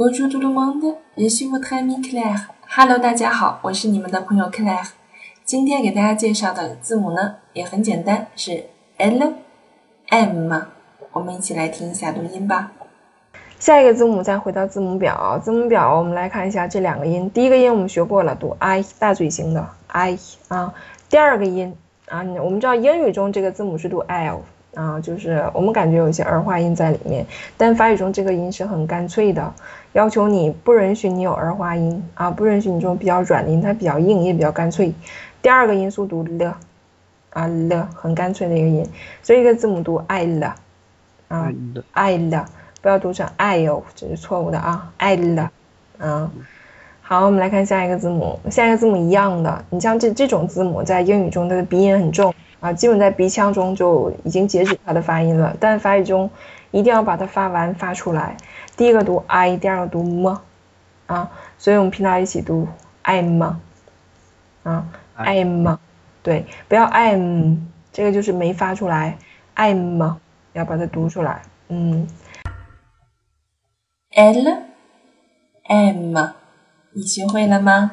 Bonjour tout le monde, je suis votre ami Claire. Hello， 大家好，我是你们的朋友 Claire。今天给大家介绍的字母呢也很简单，是 L、M。我们一起来听一下读音吧。 下一个字母再回到字母表，字母表我们来看一下这两个音。第一个音我们学过了，读 I， 大嘴型的 I 啊。第二个音啊，我们知道英语中这个字母是读 L 啊，就是我们感觉有一些儿化音在里面，但法语中这个音是很干脆的，要求你不允许你有儿化音啊，不允许你这种比较软的音，它比较硬也比较干脆。第二个音素读了啊了，很干脆的一个音，所以一个字母读 I 了啊 I 了。不要读成 I-O， 这是错误的啊 I 了好，我们来看下一个字母。下一个字母一样的，你像这种字母在英语中它的鼻音很重啊，基本在鼻腔中就已经截止它的发音了，但法语中一定要把它发完发出来。第一个读 I， 第二个读 m 啊，所以我们拼到一起读 I'm 啊 I'm， 对，不要 I'm， 这个就是没发出来 I'm， 要把它读出来 L、M， 你学会了吗？